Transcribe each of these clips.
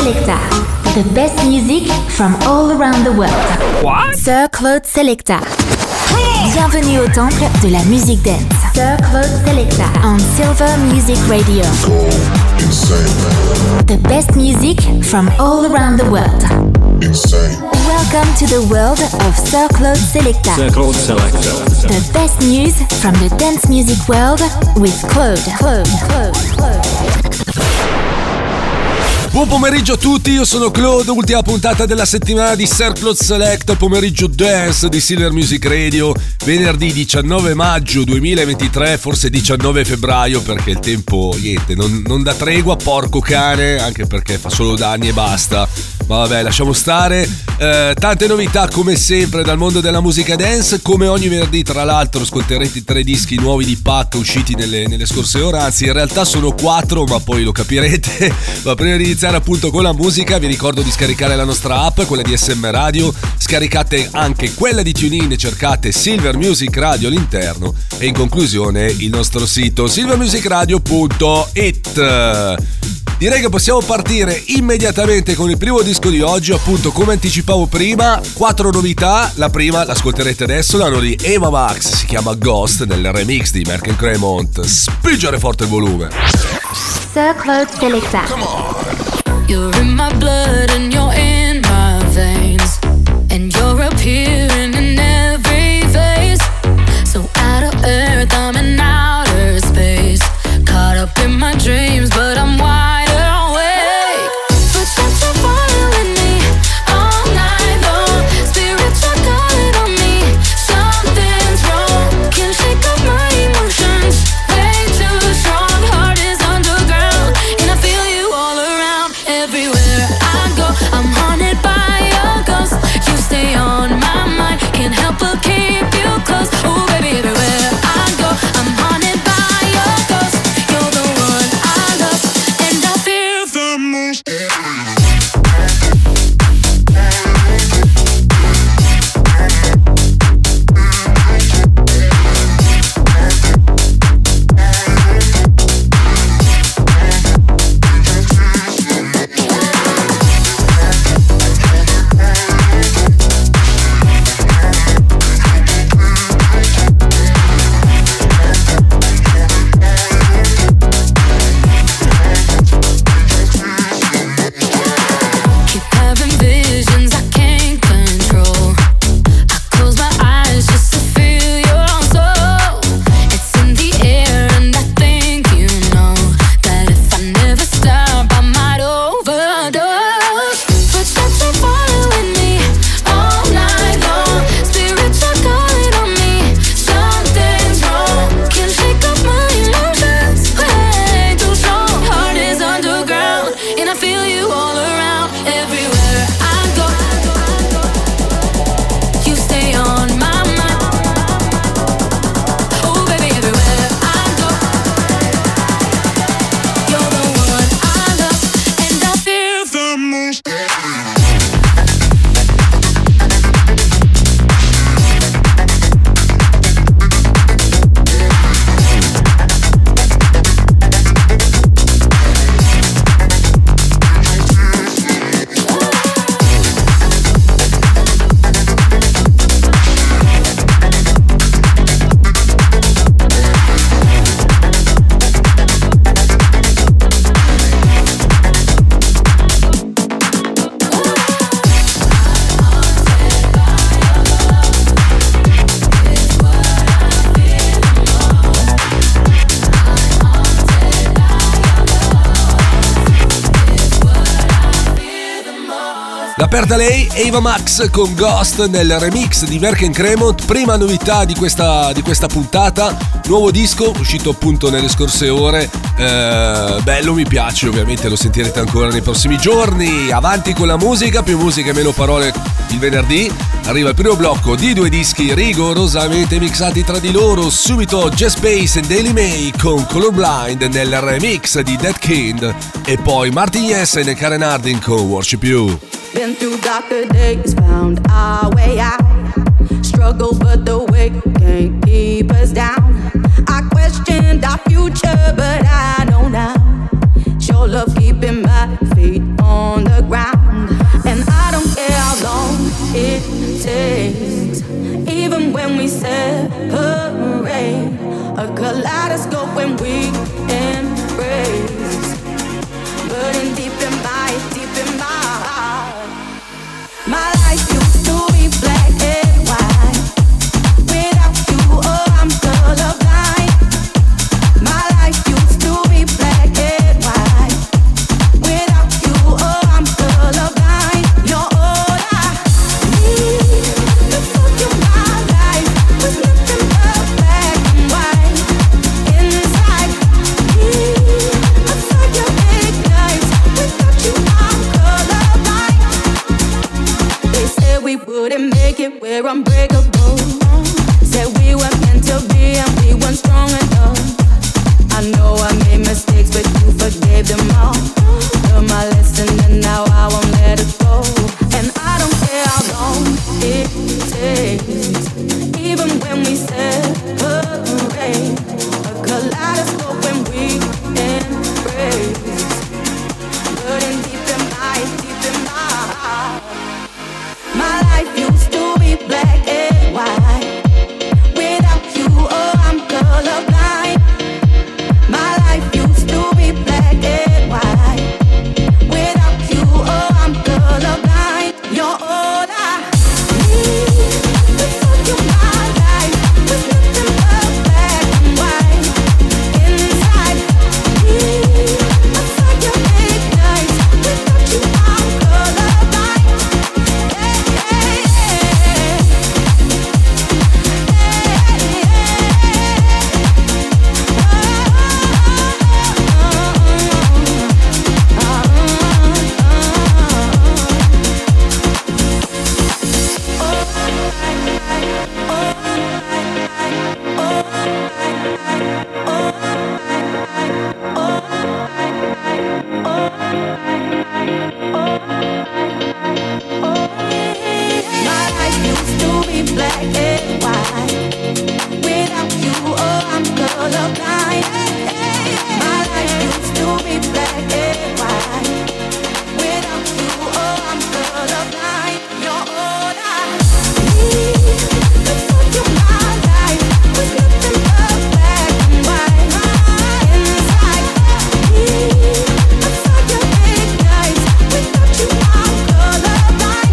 Selecta. The best music from all around the world. What? Sir Claude Selecta. Bienvenue au temple de la musique dance. Sir Claude Selecta on Silver Music Radio. Go insane. The best music from all around the world. Insane. Welcome to the world of Sir Claude Selecta. Sir Claude Selecta. The best news from the dance music world with Claude. Buon pomeriggio a tutti, io sono Claude, ultima puntata della settimana di Sir Claude Select, pomeriggio dance di Silver Music Radio, venerdì 19 maggio 2023, forse 19 febbraio perché il tempo, niente, non dà tregua, porco cane, anche perché fa solo danni e basta, ma vabbè, lasciamo stare. Tante novità come sempre dal mondo della musica dance, come ogni venerdì tra l'altro ascolterete 3 dischi nuovi di Pac usciti nelle scorse ore, anzi in realtà sono 4 ma poi lo capirete. Ma prima di iniziare appunto con la musica vi ricordo di scaricare la nostra app, quella di SM Radio, scaricate anche quella di TuneIn, cercate Silver Music Radio all'interno e in conclusione il nostro sito silvermusicradio.it. Direi che possiamo partire immediatamente con il primo disco di oggi, appunto come anticipavo prima, 4 novità, la prima l'ascolterete adesso, l'hanno di Ava Max, si chiama Ghost nel remix di Merck & Cremont, spingere forte il volume. Sir Claude Selecta. You're in my blood and you're in my veins, and you're appearing in every face, so out of earth I'm in outer space, caught up in my dreams but I'm wide awake. Footsteps are following me all night long, spirits are calling on me, something's wrong, can't shake up my emotions, way too strong, heart is underground, and I feel you all around, everywhere I go, I'm haunted by your ghost, you stay on my mind, can't help but keep you close, oh baby, everywhere I go, I'm haunted by your ghost, you're the one I love, and I feel the most. L'aperta lei, Ava Max con Ghost nel remix di Merck & Cremont, prima novità di questa puntata, nuovo disco uscito appunto nelle scorse ore, bello, mi piace, ovviamente lo sentirete ancora nei prossimi giorni. Avanti con la musica, più musica e meno parole il venerdì, arriva il primo blocco di 2 dischi rigorosamente mixati tra di loro, subito Jazz Bass e Daily May con Colorblind nel remix di Dead Kind e poi Martin Jessen e Karen Harding con Worship You. Been through darker days, found our way out. Struggle, but the weight can't keep us down. I questioned our future, but I know now. Your love keeping my feet on on the ground. And I don't care how long it takes, even when we separate, a kaleidoscope when we embrace, burning deep in my heart. My life used to be black and white. Without you, oh, I'm colorblind. My life used to be black and white. Without you, oh, I'm colorblind. You're all I need. Before you, my life was nothing but black and white. Inside me, a fire ignites. Without you, I'm colorblind. They said we wouldn't make it, we're unbreakable. Said we were meant to be and we weren't strong enough. I know I made mistakes, but you forgave them all. Learned my lesson and now I won't let it go. And I don't care how long it takes, even when we separate, a kaleidoscope when we embrace, burning deep in my heart. My life used to be black and white. Without you, oh, I'm colorblind. My life used to be black and white. Without you, oh, I'm colorblind. You're all I need. Before you, my life was nothing but black and white. Inside me, a fire ignites. Without you, I'm colorblind. My life used to be black and white. Without you, oh, I'm colorblind. My life used to be black and white. Without you, oh, I'm colorblind. You're all I need. Before you, my life was nothing but black and white. Inside me, a fire ignites. Without you, I'm colorblind.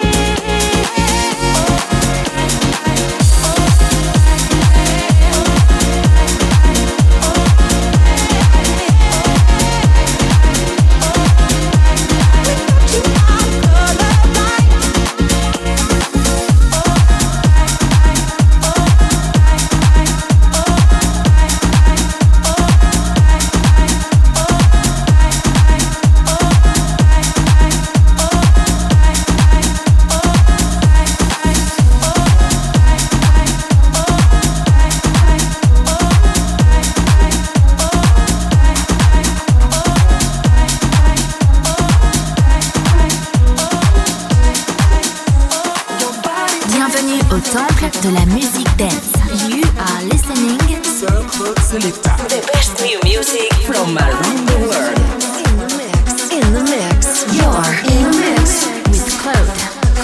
Bienvenue au temple de la musique dance. You are listening Circle Selecta. The best new music from around the world. In the mix. You're in the mix with Claude.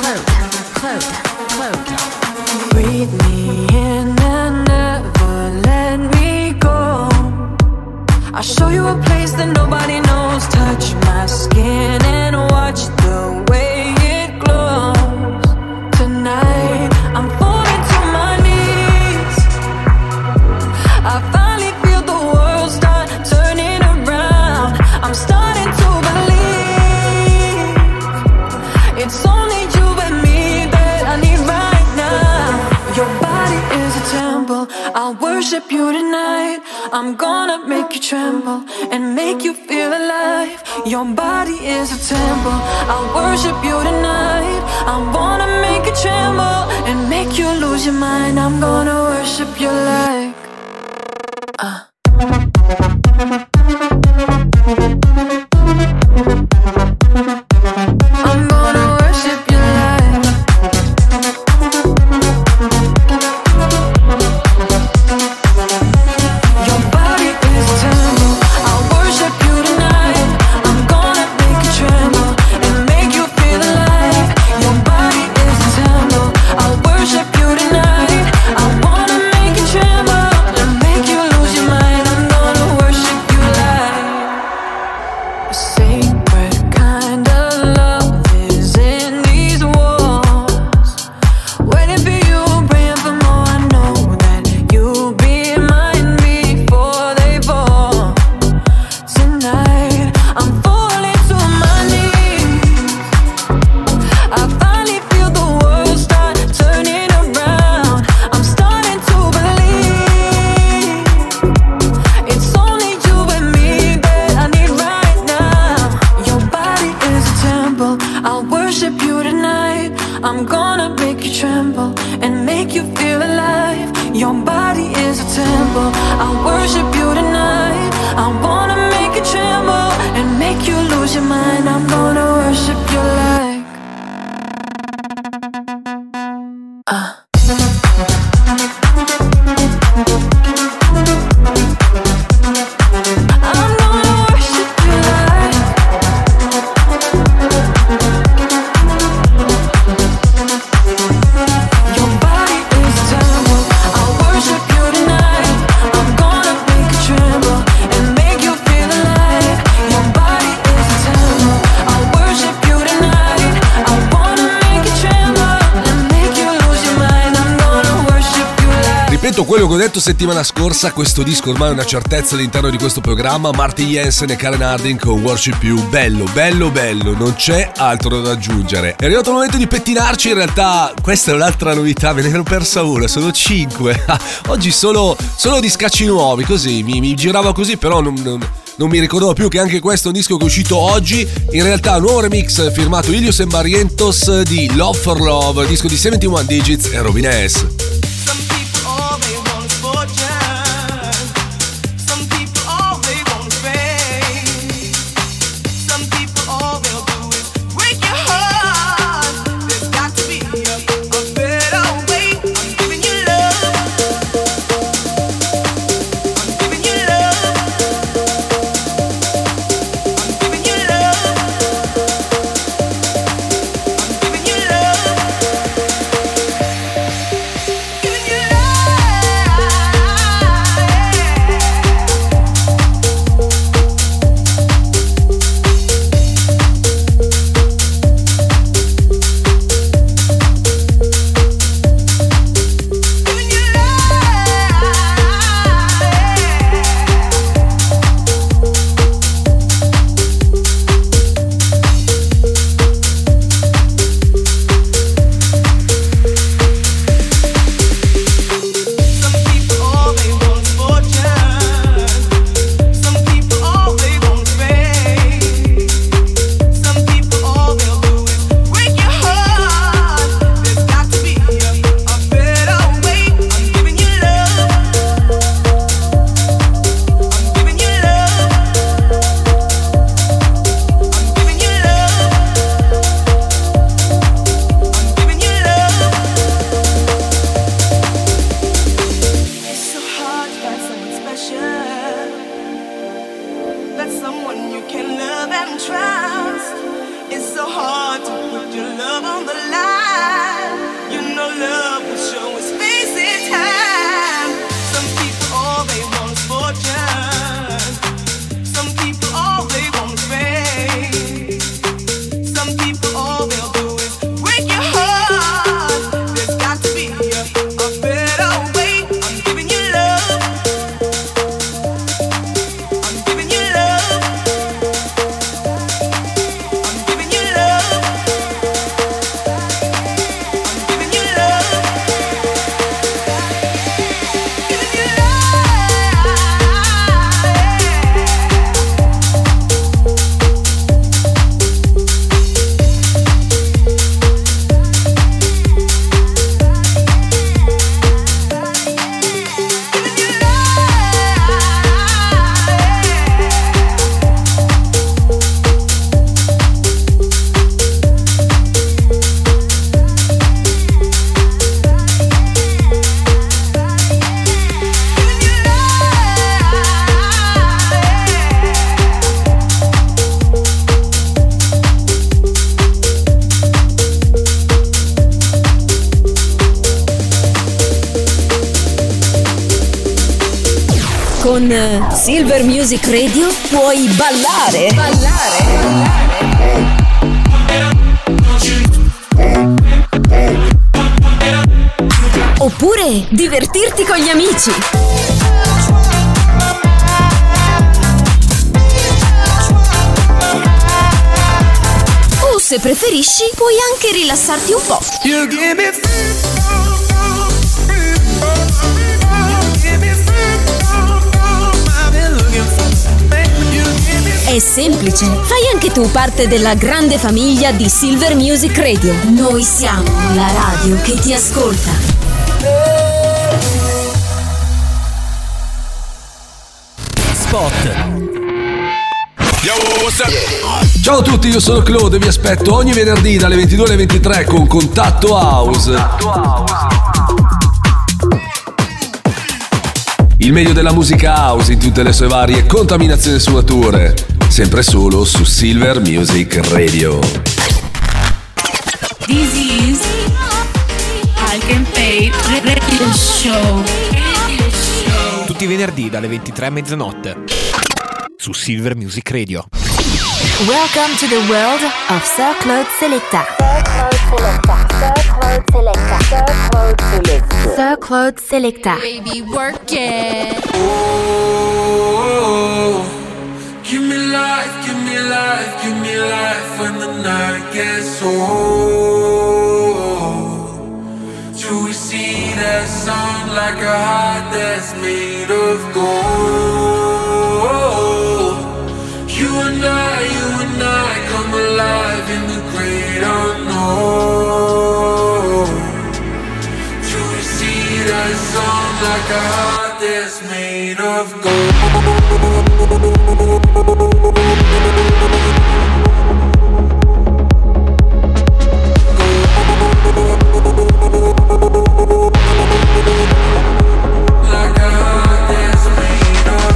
Breathe me in and never let me go. I'll show you a place that nobody knows. Touch my skin and watch the way it glows. Tonight I'm falling to my knees. I finally feel the world start turning around. I'm starting to believe it's only you and me that I need right now. Your body is a temple, I'll worship you tonight. I'm gonna make you tremble and make you feel alive. Your body is a temple, I'll worship you tonight. I wanna make you tremble and make you lose your mind. I'm gonna worship you like I'm gonna worship you like your body is a temple. I'll worship you tonight. I'm gonna make you tremble tremble and make you feel alive. Your body is a temple. I worship you tonight. I wanna make you tremble and make you lose your mind. I'm gonna worship you like quello che ho detto settimana scorsa, questo disco ormai è una certezza all'interno di questo programma. Martin Jensen e Karen Harding con Worship You, bello, bello, bello, non c'è altro da aggiungere. È arrivato il momento di pettinarci, in realtà questa è un'altra novità, me ne ero persa una, sono 5, oggi solo discacci nuovi, così, mi girava così, però non mi ricordavo più che anche questo è un disco che è uscito oggi. In realtà un nuovo remix firmato Ilios e Barrientos di Love for Love, disco di 71 Digits e Robin S. Con Silver Music Radio puoi ballare. Oppure divertirti con gli amici. O se preferisci puoi anche rilassarti un po'. È semplice. Fai anche tu parte della grande famiglia di Silver Music Radio. Noi siamo la radio che ti ascolta. Spot. Ciao a tutti, io sono Claude e vi aspetto ogni venerdì dalle 22 alle 23 con Contatto House. Il meglio della musica house in tutte le sue varie contaminazioni e sfumature. Sempre solo su Silver Music Radio. This is Hulk and Fate Radio Show. Tutti i venerdì dalle 23 a mezzanotte su Silver Music Radio. Welcome to the world of Sir Claude Selecta. Sir Claude Selecta. Baby, work it. Oh, give me life, give me life, give me life when the night gets old. Till we see that sun like a heart that's made of gold. You and I come alive in the great unknown. Till we see that sun like a heart that's made of gold. Like a heart that's made of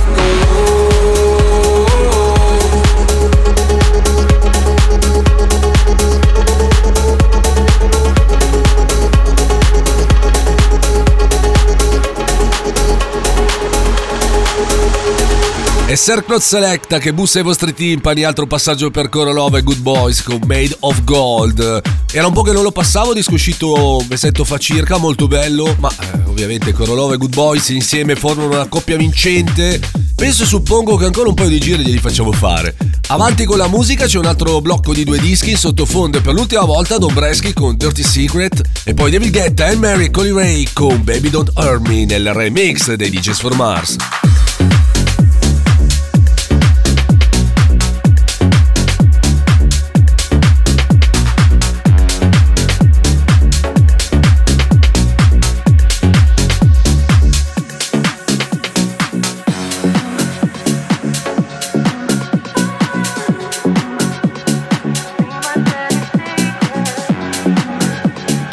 È Sir Claude Selecta che bussa ai vostri timpani, altro passaggio per Coro Love e Good Boys con Made of Gold. Era un po' che non lo passavo, disco uscito un mesetto fa circa, molto bello, ma ovviamente Coro Love e Good Boys insieme formano una coppia vincente. Penso e suppongo che ancora un paio di giri glieli facciamo fare. Avanti con la musica, c'è un altro blocco di 2 dischi in sottofondo e per l'ultima volta Don Bresky con Dirty Secret e poi David Guetta e Mary Coley Ray con Baby Don't Hurt Me nel remix dei DJs for Mars.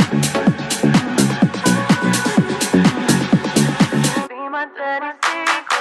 Be my dirty secret.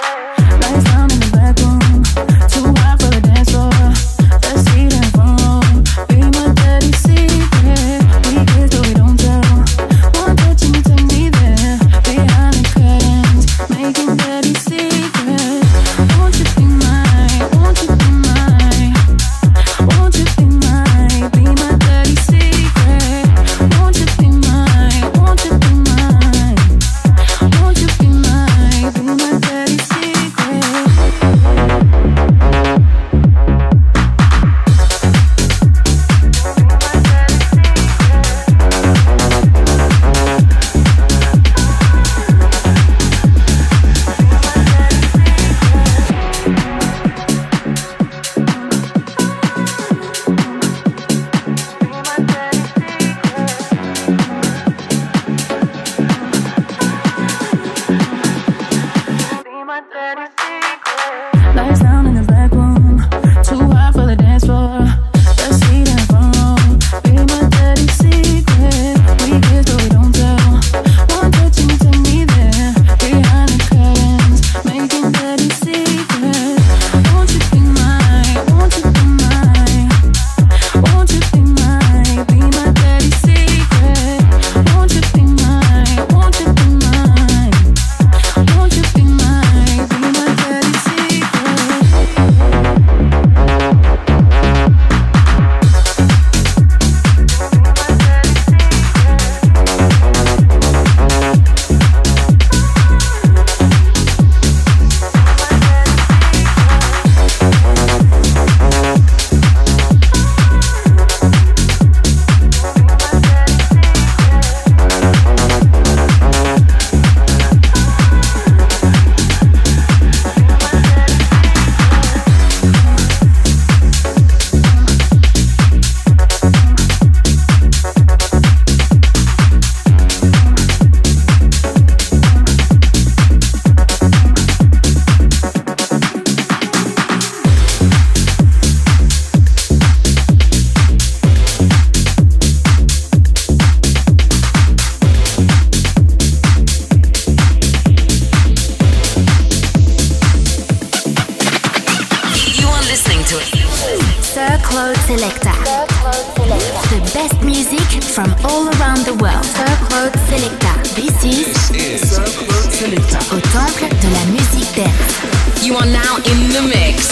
Claude Selecta. The best music from all around the world. Sir Claude Selecta. This is Sir Claude Selecta. Au temple de la musique dance. You are now in the mix.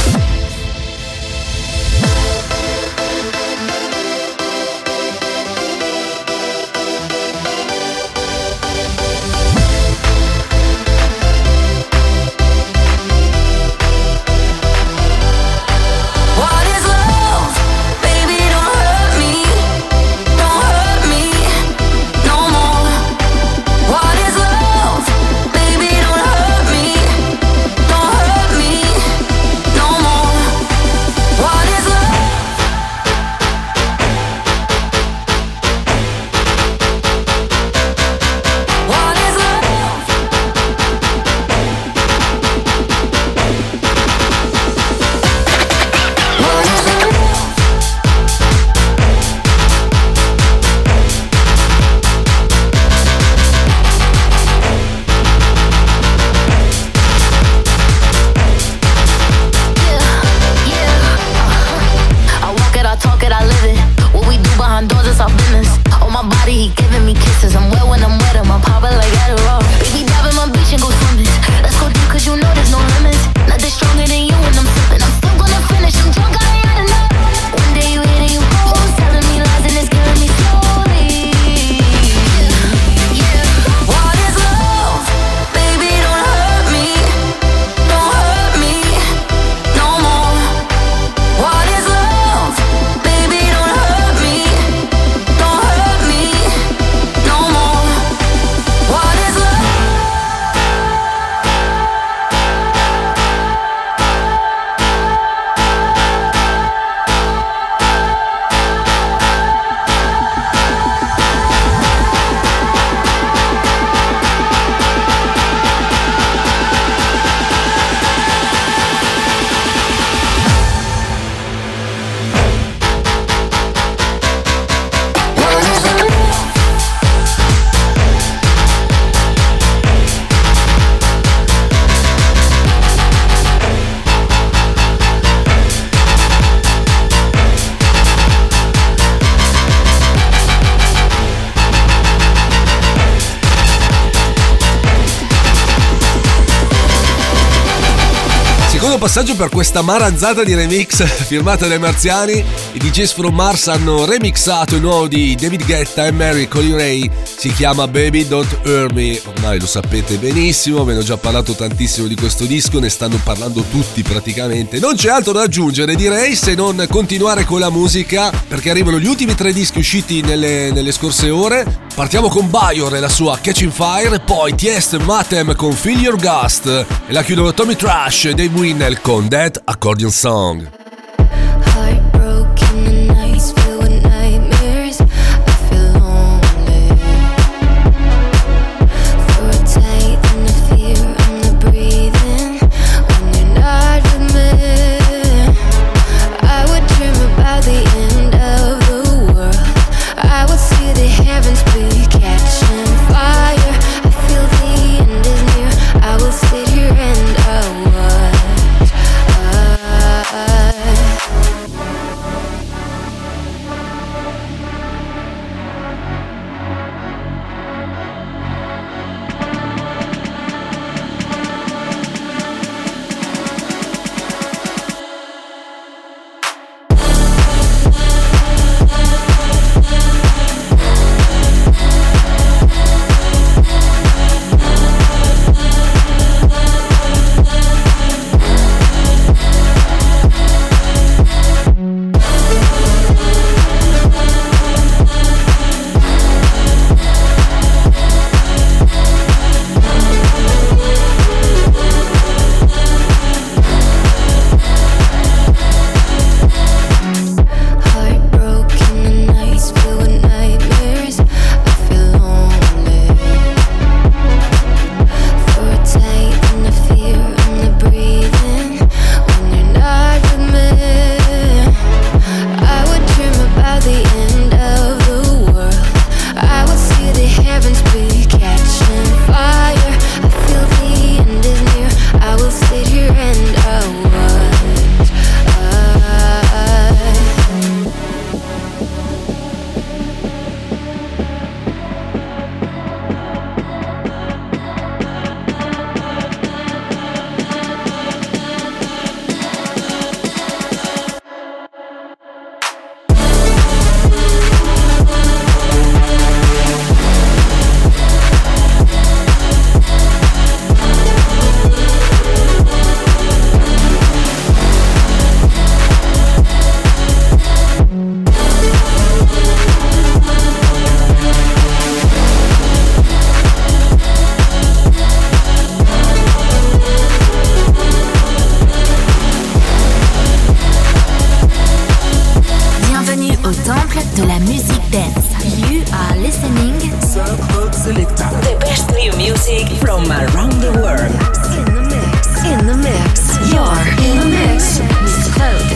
Passaggio per questa maranzata di remix firmata dai marziani. I DJs from Mars hanno remixato il nuovo di David Guetta e Mary Coley. Si chiama Baby Don't Hurt Me. Ormai lo sapete benissimo, ve ne ho già parlato tantissimo di questo disco, ne stanno parlando tutti praticamente. Non c'è altro da aggiungere, direi, se non continuare con la musica, perché arrivano gli ultimi 3 dischi usciti nelle scorse ore. Partiamo con Bayor e la sua Catching Fire, poi Tiesto e Matem con Feel Your Gust e la chiudono Tommy Trash e Dave Winnell con That Accordion Song. Sit here and watch. temple de la musique dance. You are listening Sir Claude Selecta. The best new music from around the world. In the mix. In the mix. You're in the mix with Claude.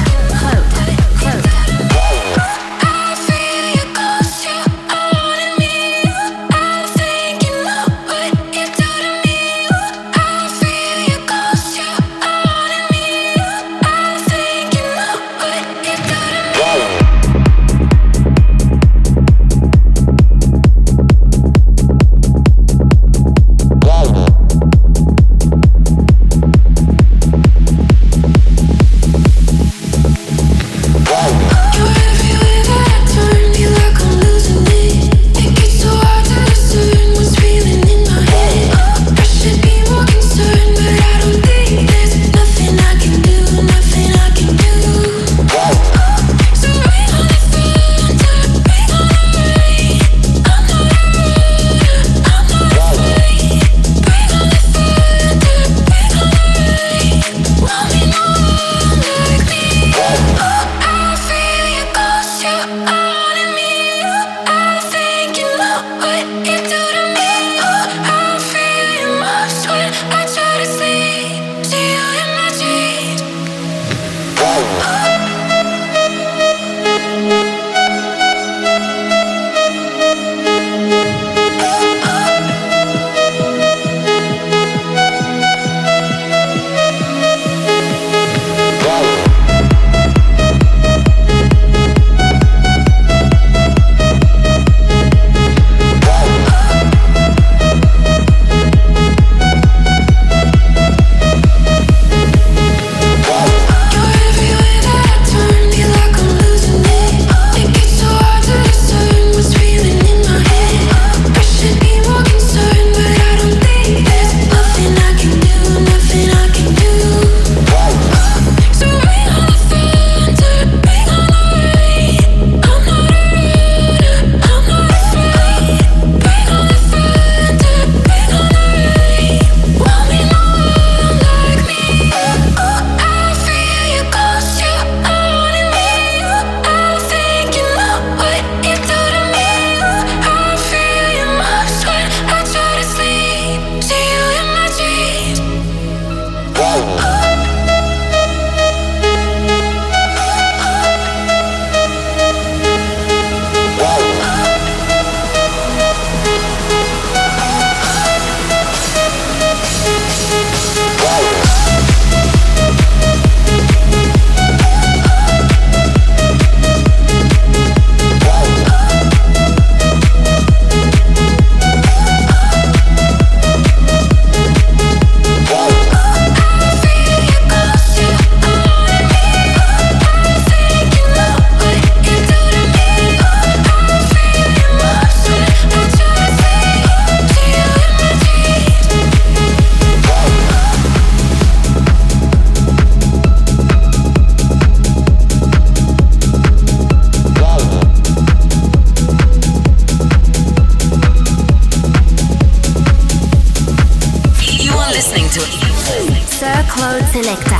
Selecta.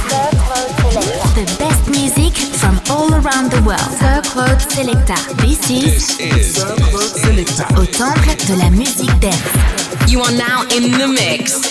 The best music from all around the world. Sir Claude Selecta. This is Sir Claude Selecta. Au temple de la musique dance. You are now in the mix.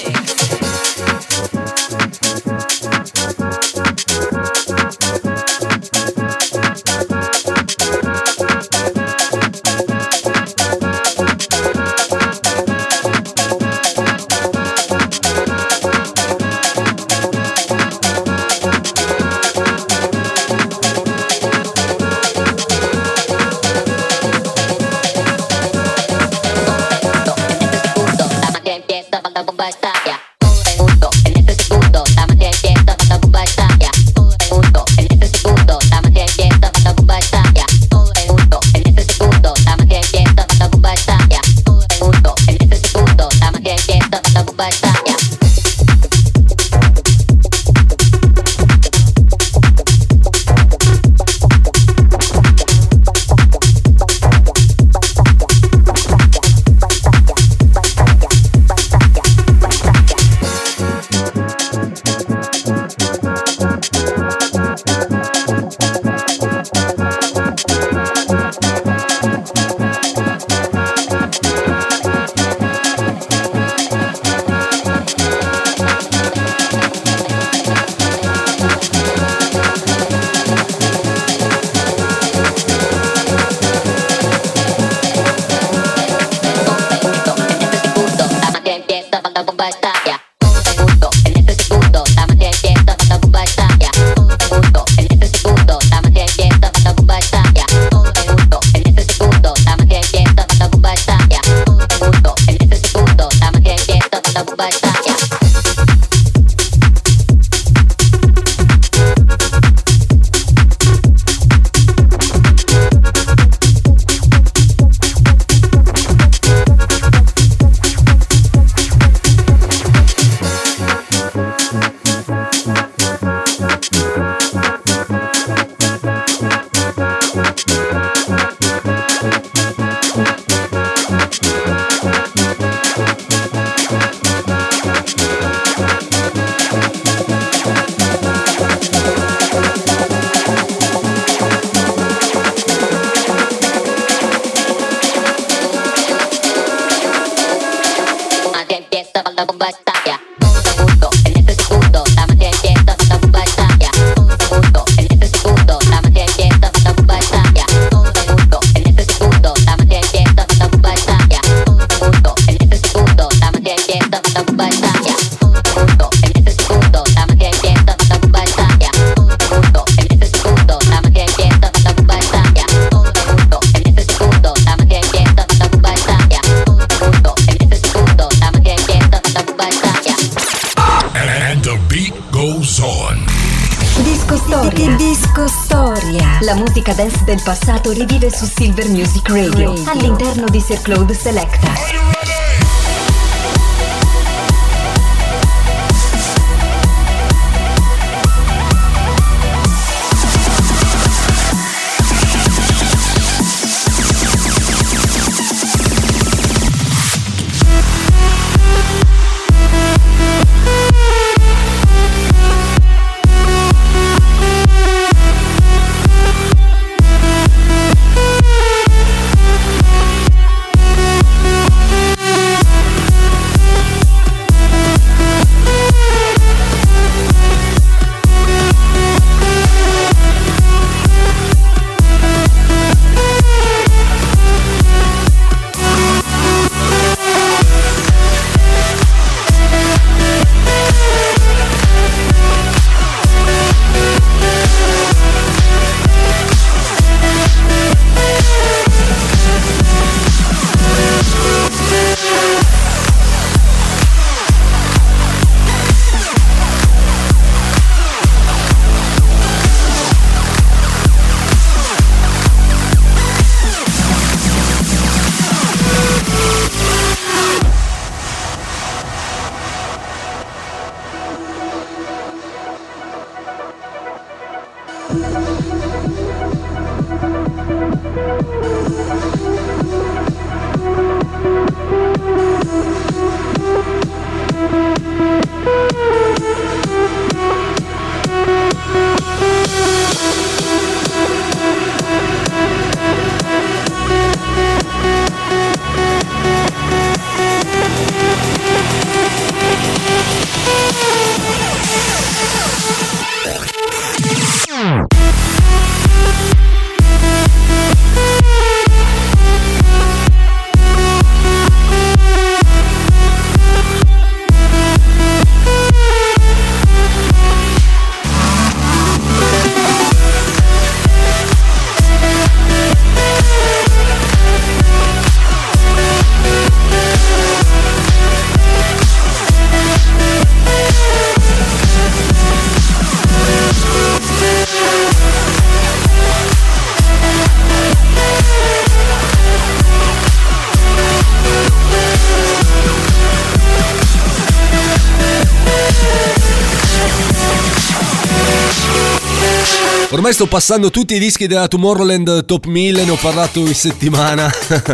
Empieza a bomba está ya. musica dance del passato rivive su Silver Music Radio all'interno di Sir Claude Selecta. Ormai sto passando tutti i dischi della Tomorrowland Top 1000, ne ho parlato in settimana.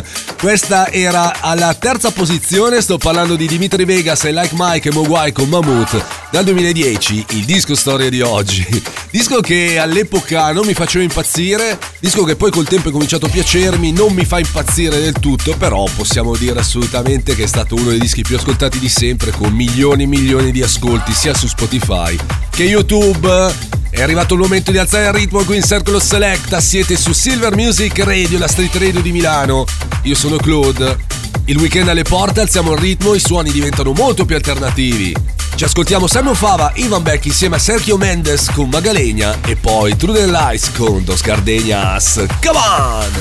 Questa era alla terza posizione, sto parlando di Dimitri Vegas e Like Mike e Mogwai con Mammoth dal 2010, il disco storia di oggi. Disco che all'epoca non mi faceva impazzire, disco che poi col tempo è cominciato a piacermi, non mi fa impazzire del tutto, però possiamo dire assolutamente che è stato uno dei dischi più ascoltati di sempre, con milioni e milioni di ascolti sia su Spotify che YouTube. È arrivato il momento di alzare il ritmo qui in Circle Selecta, siete su Silver Music Radio, la street radio di Milano. Io sono Claude. Il weekend alle porte, alziamo il ritmo, i suoni diventano molto più alternativi. Ci ascoltiamo Simon Fava, Ivan Beck insieme a Sergio Mendes con Magalegna e poi True the Lights con Dos Gardenias. Come on!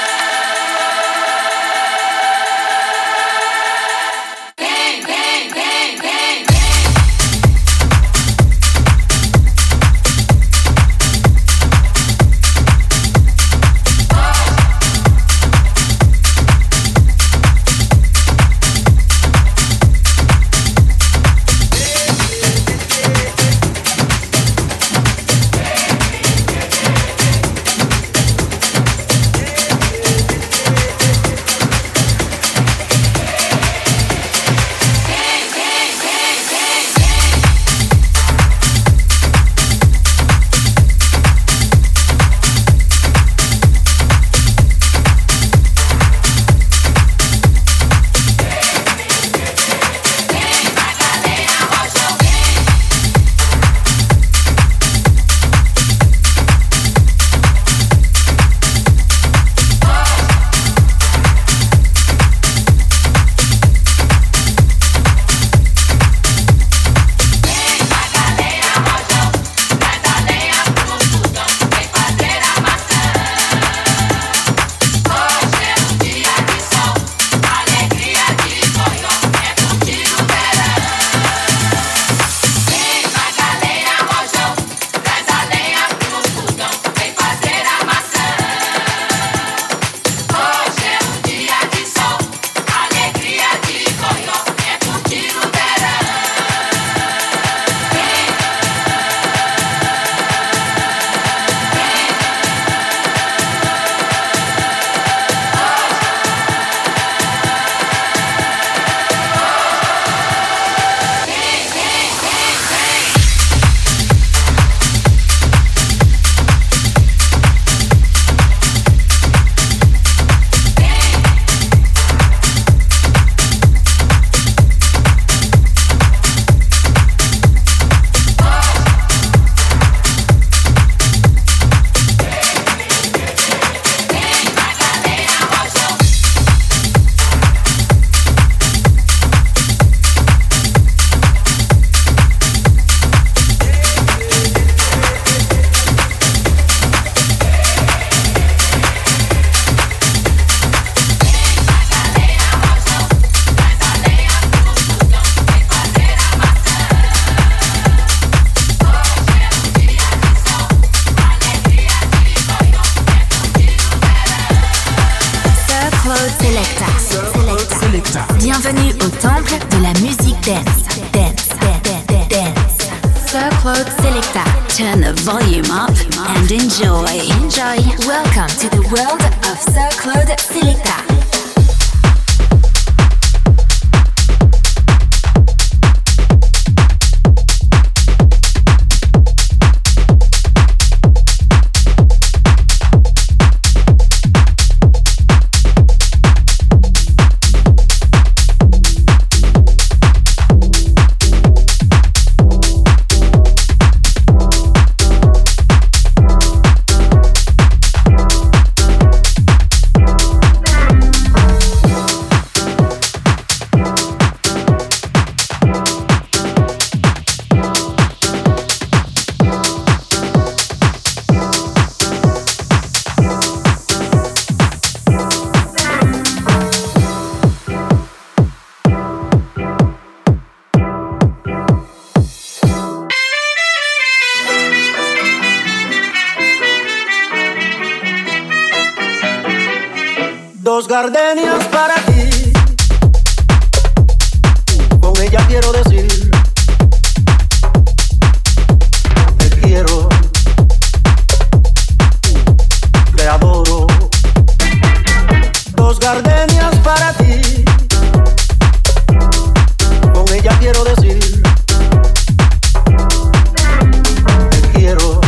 Bang, bang, bang. au temple de la musique dance. Sir Claude Selecta. Turn the volume up and enjoy. Welcome to the world of Sir Claude Selecta. Dos gardenias para ti, con ella quiero decir, te quiero, te adoro. Dos gardenias para ti, con ella quiero decir, te quiero,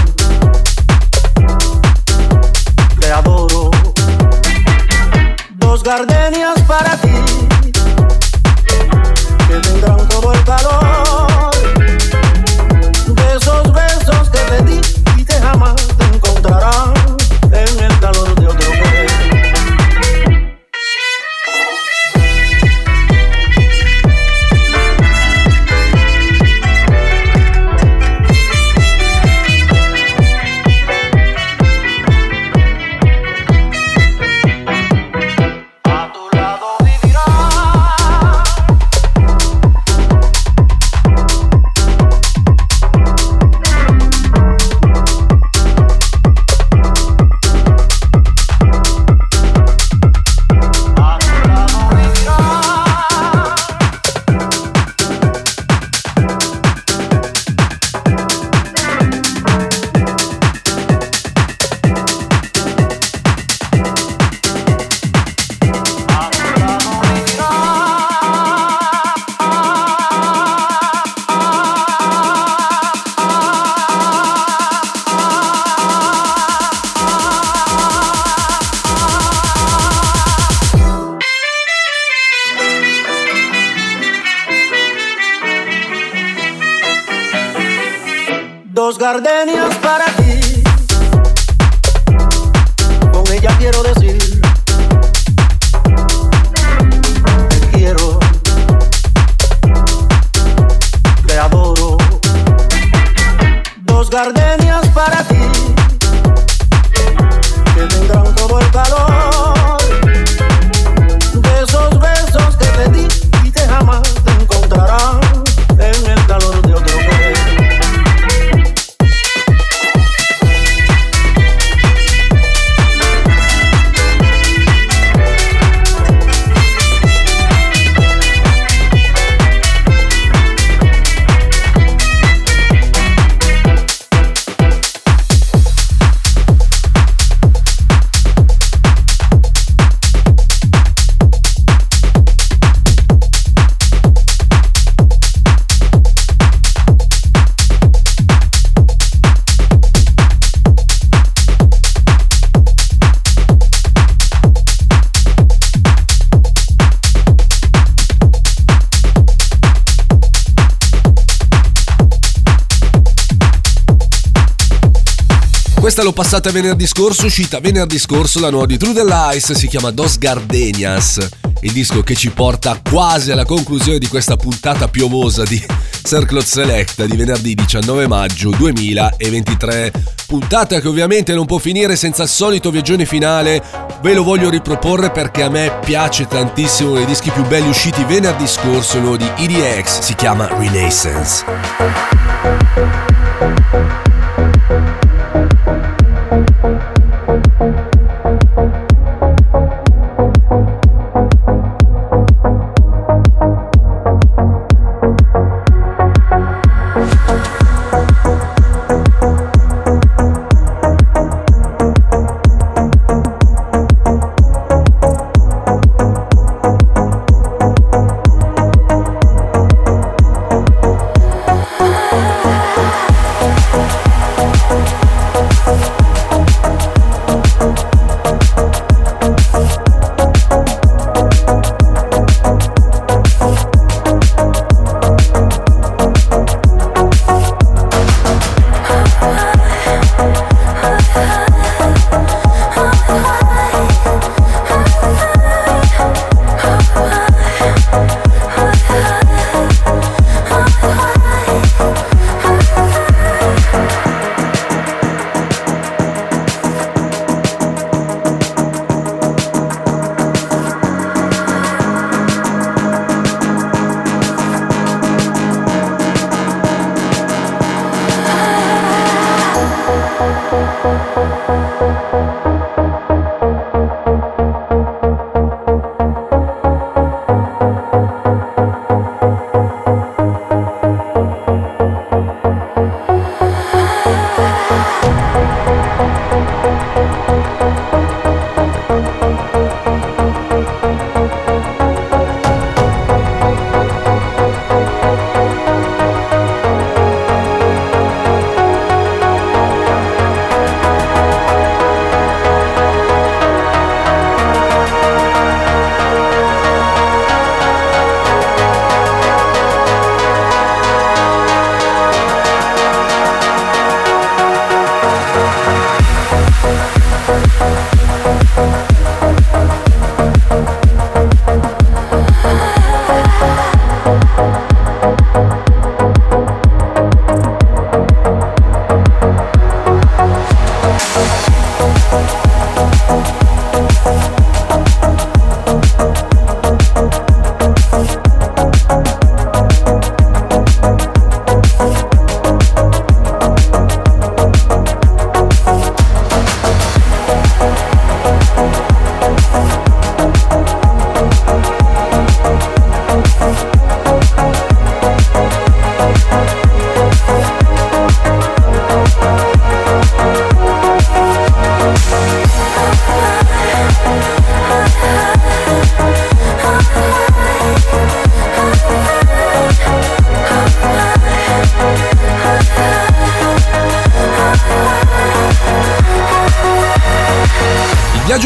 te adoro. Dos gardenias para ti, que tendrán todo el calor de esos besos que te di y que jamás te encontrarán en el calor de otro querer. Dos gardenias para ti, con ella quiero decir, te quiero, te adoro. Dos gardenias para ti, que tendrán todo el calor de esos besos que te di y que jamás te encontrarán en el calor de otro querer. Questa l'ho passata venerdì scorso, uscita venerdì scorso la nuova di Through the Lies, si chiama Dos Gardenias, il disco che ci porta quasi alla conclusione di questa puntata piovosa di Sir Claude Selecta di venerdì 19 maggio 2023. Puntata che ovviamente non può finire senza il solito viaggione finale, ve lo voglio riproporre perché a me piace tantissimo, uno dei dischi più belli usciti venerdì scorso, uno di EDX, si chiama Renaissance.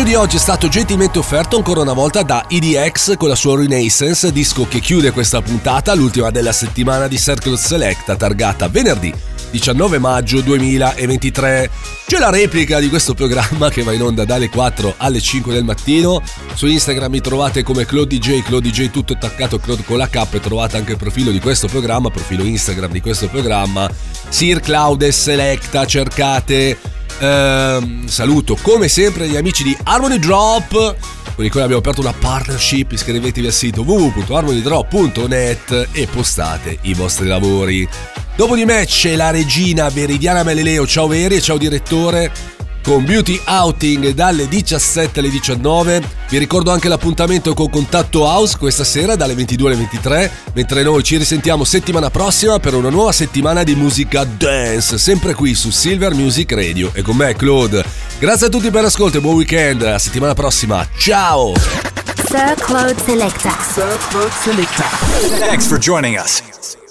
di oggi è stato gentilmente offerto ancora una volta da EDX con la sua Renaissance, disco che chiude questa puntata, l'ultima della settimana di Circle Selecta, targata venerdì 19 maggio 2023. C'è la replica di questo programma che va in onda dalle 4 alle 5 del mattino. Su Instagram mi trovate come Claude DJ tutto attaccato, Claude con la K, e trovate anche il profilo di questo programma, profilo Instagram di questo programma, Sir Claude Selecta, cercate. Saluto come sempre gli amici di Harmony Drop, con i quali abbiamo aperto una partnership. Iscrivetevi al sito www.harmonydrop.net e postate i vostri lavori. Dopo di me c'è la regina Veridiana Melileo. Ciao Veri e ciao direttore, con Beauty Outing dalle 17 alle 19. Vi ricordo anche l'appuntamento con Contatto House questa sera dalle 22 alle 23, mentre noi ci risentiamo settimana prossima per una nuova settimana di musica dance, sempre qui su Silver Music Radio, e con me Claude. Grazie a tutti per l'ascolto e buon weekend, a settimana prossima, ciao! Sir Claude Selecta. Sir Claude Selecta. Thanks for joining us.